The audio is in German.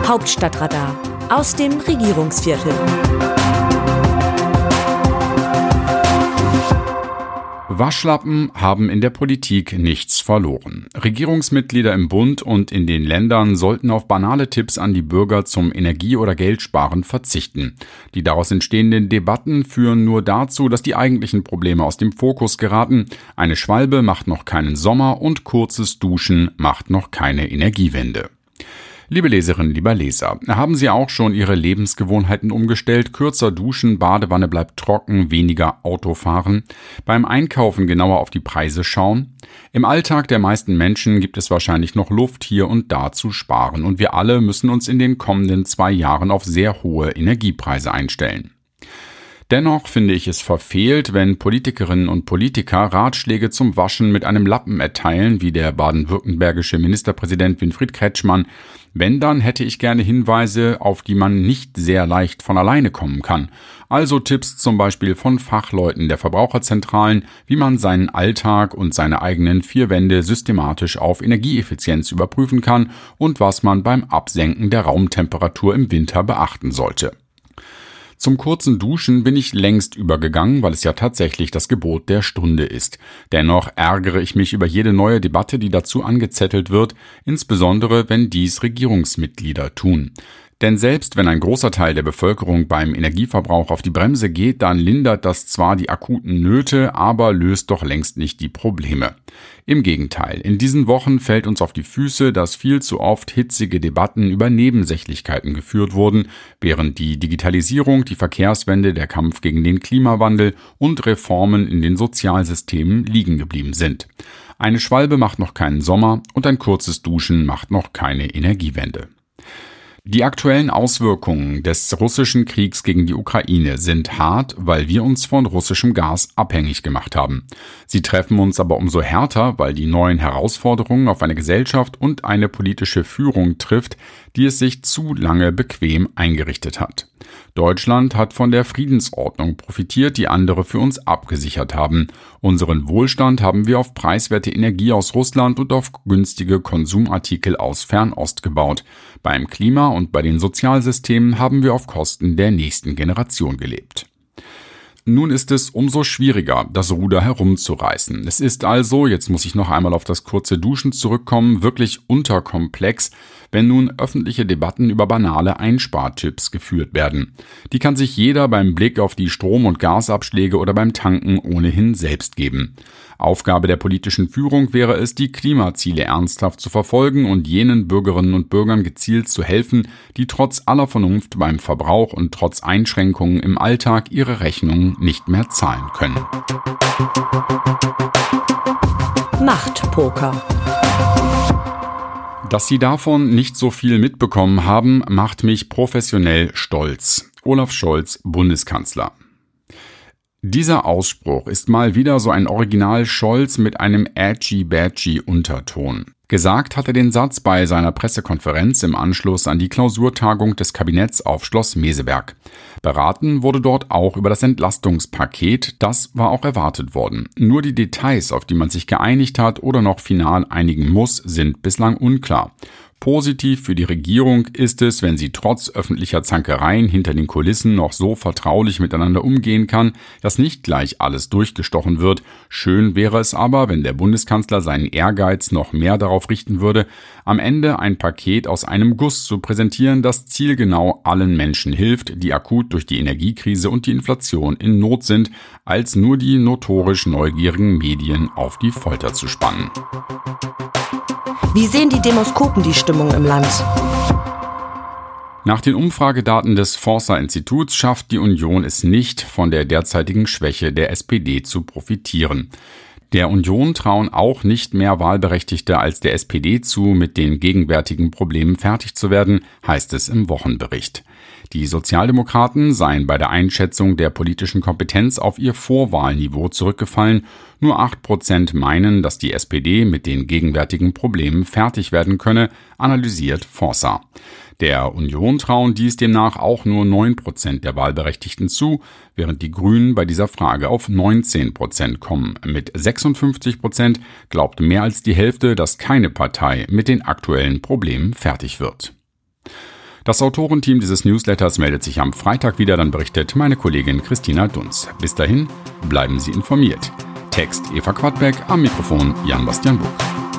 Hauptstadtradar aus dem Regierungsviertel. Waschlappen haben in der Politik nichts verloren. Regierungsmitglieder im Bund und in den Ländern sollten auf banale Tipps an die Bürger zum Energie- oder Geldsparen verzichten. Die daraus entstehenden Debatten führen nur dazu, dass die eigentlichen Probleme aus dem Fokus geraten. Eine Schwalbe macht noch keinen Sommer und kurzes Duschen macht noch keine Energiewende. Liebe Leserinnen, lieber Leser, haben Sie auch schon Ihre Lebensgewohnheiten umgestellt? Kürzer duschen, Badewanne bleibt trocken, weniger Auto fahren? Beim Einkaufen genauer auf die Preise schauen? Im Alltag der meisten Menschen gibt es wahrscheinlich noch Luft, hier und da zu sparen. Und wir alle müssen uns in den kommenden 2 Jahren auf sehr hohe Energiepreise einstellen. Dennoch finde ich es verfehlt, wenn Politikerinnen und Politiker Ratschläge zum Waschen mit einem Lappen erteilen, wie der baden-württembergische Ministerpräsident Winfried Kretschmann. Wenn, dann hätte ich gerne Hinweise, auf die man nicht sehr leicht von alleine kommen kann. Also Tipps zum Beispiel von Fachleuten der Verbraucherzentralen, wie man seinen Alltag und seine eigenen 4 Wände systematisch auf Energieeffizienz überprüfen kann und was man beim Absenken der Raumtemperatur im Winter beachten sollte. Zum kurzen Duschen bin ich längst übergegangen, weil es ja tatsächlich das Gebot der Stunde ist. Dennoch ärgere ich mich über jede neue Debatte, die dazu angezettelt wird, insbesondere wenn dies Regierungsmitglieder tun. Denn selbst wenn ein großer Teil der Bevölkerung beim Energieverbrauch auf die Bremse geht, dann lindert das zwar die akuten Nöte, aber löst doch längst nicht die Probleme. Im Gegenteil, in diesen Wochen fällt uns auf die Füße, dass viel zu oft hitzige Debatten über Nebensächlichkeiten geführt wurden, während die Digitalisierung, die Verkehrswende, der Kampf gegen den Klimawandel und Reformen in den Sozialsystemen liegen geblieben sind. Eine Schwalbe macht noch keinen Sommer und ein kurzes Duschen macht noch keine Energiewende. Die aktuellen Auswirkungen des russischen Kriegs gegen die Ukraine sind hart, weil wir uns von russischem Gas abhängig gemacht haben. Sie treffen uns aber umso härter, weil die neuen Herausforderungen auf eine Gesellschaft und eine politische Führung trifft, die es sich zu lange bequem eingerichtet hat. Deutschland hat von der Friedensordnung profitiert, die andere für uns abgesichert haben. Unseren Wohlstand haben wir auf preiswerte Energie aus Russland und auf günstige Konsumartikel aus Fernost gebaut. Beim Klima und bei den Sozialsystemen haben wir auf Kosten der nächsten Generation gelebt. Nun ist es umso schwieriger, das Ruder herumzureißen. Es ist also, jetzt muss ich noch einmal auf das kurze Duschen zurückkommen, wirklich unterkomplex, wenn nun öffentliche Debatten über banale Einspartipps geführt werden. Die kann sich jeder beim Blick auf die Strom- und Gasabschläge oder beim Tanken ohnehin selbst geben. Aufgabe der politischen Führung wäre es, die Klimaziele ernsthaft zu verfolgen und jenen Bürgerinnen und Bürgern gezielt zu helfen, die trotz aller Vernunft beim Verbrauch und trotz Einschränkungen im Alltag ihre Rechnungen nicht mehr zahlen können. Machtpoker. Dass Sie davon nicht so viel mitbekommen haben, macht mich professionell stolz. Olaf Scholz, Bundeskanzler. Dieser Ausspruch ist mal wieder so ein Original Scholz mit einem edgy-badgy Unterton. Gesagt hat er den Satz bei seiner Pressekonferenz im Anschluss an die Klausurtagung des Kabinetts auf Schloss Meseberg. Beraten wurde dort auch über das Entlastungspaket, das war auch erwartet worden. Nur die Details, auf die man sich geeinigt hat oder noch final einigen muss, sind bislang unklar. Positiv für die Regierung ist es, wenn sie trotz öffentlicher Zankereien hinter den Kulissen noch so vertraulich miteinander umgehen kann, dass nicht gleich alles durchgestochen wird. Schön wäre es aber, wenn der Bundeskanzler seinen Ehrgeiz noch mehr darauf richten würde, am Ende ein Paket aus einem Guss zu präsentieren, das zielgenau allen Menschen hilft, die akut durch die Energiekrise und die Inflation in Not sind, als nur die notorisch neugierigen Medien auf die Folter zu spannen. Wie sehen die Demoskopen die Stimmung im Land? Nach den Umfragedaten des Forsa-Instituts schafft die Union es nicht, von der derzeitigen Schwäche der SPD zu profitieren. Der Union trauen auch nicht mehr Wahlberechtigte als der SPD zu, mit den gegenwärtigen Problemen fertig zu werden, heißt es im Wochenbericht. Die Sozialdemokraten seien bei der Einschätzung der politischen Kompetenz auf ihr Vorwahlniveau zurückgefallen. Nur 8% meinen, dass die SPD mit den gegenwärtigen Problemen fertig werden könne, analysiert Forsa. Der Union trauen dies demnach auch nur 9% der Wahlberechtigten zu, während die Grünen bei dieser Frage auf 19% kommen. Mit 56% glaubt mehr als die Hälfte, dass keine Partei mit den aktuellen Problemen fertig wird. Das Autorenteam dieses Newsletters meldet sich am Freitag wieder, dann berichtet meine Kollegin Christina Dunz. Bis dahin, bleiben Sie informiert. Text Eva Quadbeck, am Mikrofon Jan-Bastian Buch.